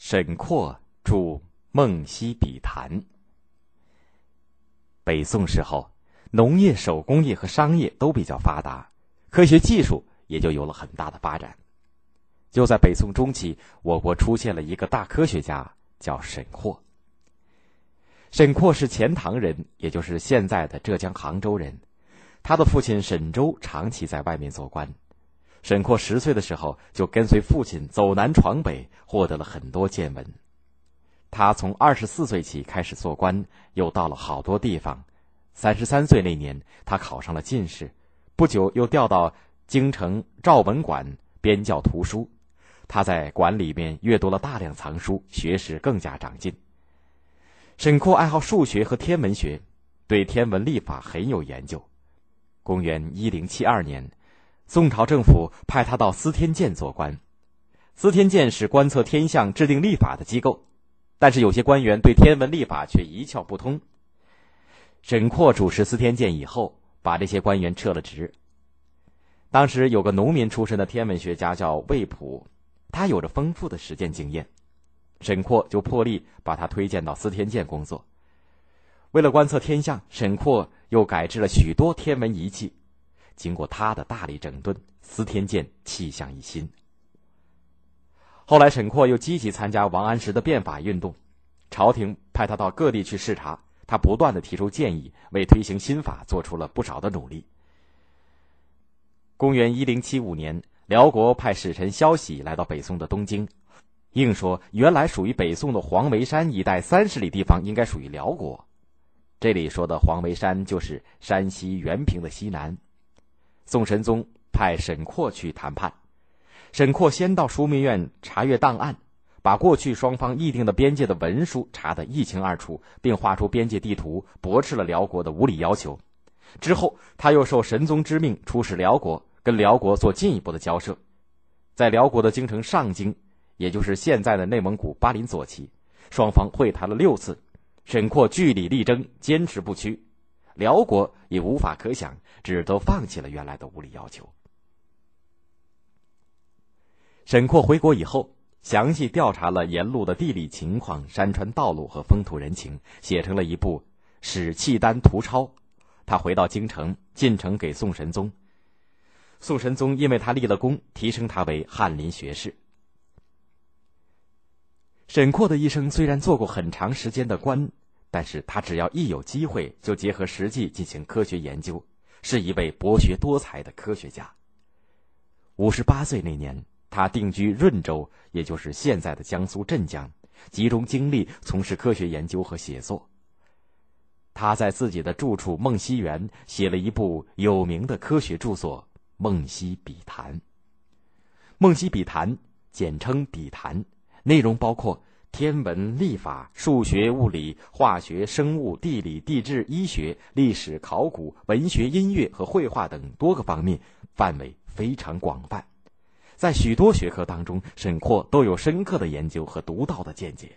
沈括著《梦溪笔谈》。北宋时候，农业、手工业和商业都比较发达，科学技术也就有了很大的发展。就在北宋中期，我国出现了一个大科学家，叫沈括。沈括是钱塘人，也就是现在的浙江杭州人。他的父亲沈周长期在外面做官。沈括10岁的时候就跟随父亲走南闯北，获得了很多见闻。他从24岁起开始做官，又到了好多地方。33岁那年，他考上了进士，不久又调到京城赵文馆编校图书。他在馆里面阅读了大量藏书，学识更加长进。沈括爱好数学和天文学，对天文历法很有研究。公元1072年，宋朝政府派他到司天监做官。司天监是观测天象、制定历法的机构，但是有些官员对天文历法却一窍不通。沈括主持司天监以后，把这些官员撤了职。当时有个农民出身的天文学家叫魏普，他有着丰富的实践经验，沈括就破例把他推荐到司天监工作。为了观测天象，沈括又改制了许多天文仪器。经过他的大力整顿，司天监气象一新。后来沈括又积极参加王安石的变法运动，朝廷派他到各地去视察，他不断地提出建议，为推行新法做出了不少的努力。公元1075年，辽国派使臣萧喜来到北宋的东京，硬说原来属于北宋的黄眉山一带30里地方应该属于辽国。这里说的黄眉山就是山西原平的西南。宋神宗派沈括去谈判，沈括先到枢密院查阅档案，把过去双方议定的边界的文书查得一清二楚，并画出边界地图，驳斥了辽国的无理要求。之后他又受神宗之命出使辽国，跟辽国做进一步的交涉。在辽国的京城上京，也就是现在的内蒙古巴林左旗，双方会谈了6次。沈括据理力争，坚持不屈，辽国也无法可想，只得放弃了原来的无理要求。沈括回国以后，详细调查了沿路的地理情况、山川道路和风土人情，写成了一部《史契丹图钞》。他回到京城，进呈给宋神宗。宋神宗因为他立了功，提升他为翰林学士。沈括的一生虽然做过很长时间的官，但是他只要一有机会就结合实际进行科学研究，是一位博学多才的科学家。58岁那年，他定居润州，也就是现在的江苏镇江，集中精力从事科学研究和写作。他在自己的住处梦溪园写了一部有名的科学著作《梦溪笔谈》。《梦溪笔谈》简称笔谈，内容包括天文、历法、数学、物理、化学、生物、地理、地质、医学、历史、考古、文学、音乐和绘画等多个方面，范围非常广泛。在许多学科当中，沈括都有深刻的研究和独到的见解。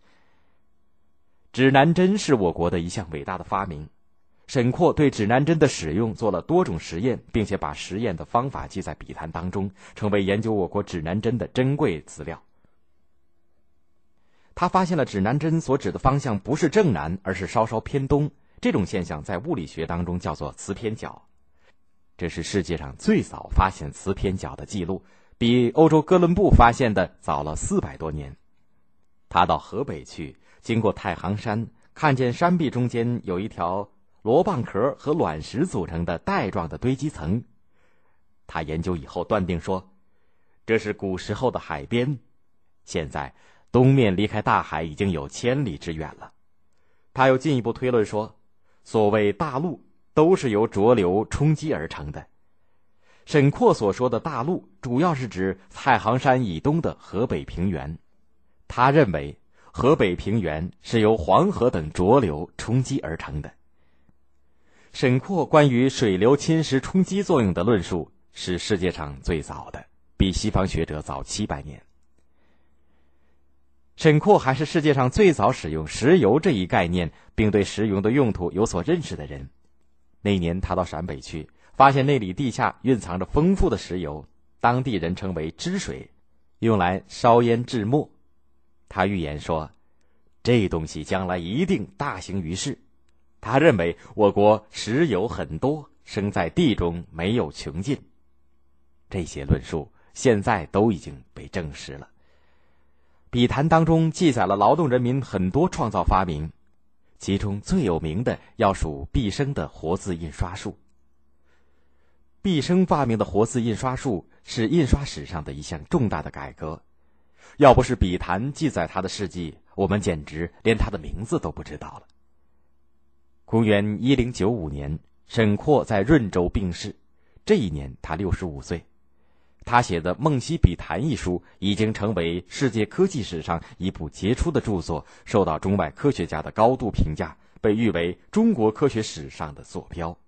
指南针是我国的一项伟大的发明。沈括对指南针的使用做了多种实验，并且把实验的方法记在笔谈当中，成为研究我国指南针的珍贵资料。他发现了指南针所指的方向不是正南，而是稍稍偏东，这种现象在物理学当中叫做磁偏角。这是世界上最早发现磁偏角的记录，比欧洲哥伦布发现的早了400多年。他到河北去，经过太行山，看见山壁中间有一条螺蚌壳和卵石组成的带状的堆积层。他研究以后断定说，这是古时候的海边，现在东面离开大海已经有1000里之远了。他又进一步推论说，所谓大陆都是由浊流冲击而成的。沈括所说的大陆主要是指太行山以东的河北平原。他认为河北平原是由黄河等浊流冲击而成的。沈括关于水流侵蚀冲击作用的论述是世界上最早的，比西方学者早700年。沈括还是世界上最早使用石油这一概念，并对石油的用途有所认识的人。那年他到陕北去，发现那里地下蕴藏着丰富的石油，当地人称为汁水，用来烧烟制墨。 他预言说，这东西将来一定大行于世。他认为我国石油很多，生在地中没有穷尽。这些论述现在都已经被证实了。笔谈当中记载了劳动人民很多创造发明，其中最有名的要数毕生的活字印刷术。毕生发明的活字印刷术是印刷史上的一项重大的改革，要不是笔谈记载他的事迹，我们简直连他的名字都不知道了。公元1095年，沈括在润州病逝，这一年他65岁。他写的《梦溪笔谈》一书已经成为世界科技史上一部杰出的著作，受到中外科学家的高度评价，被誉为中国科学史上的坐标。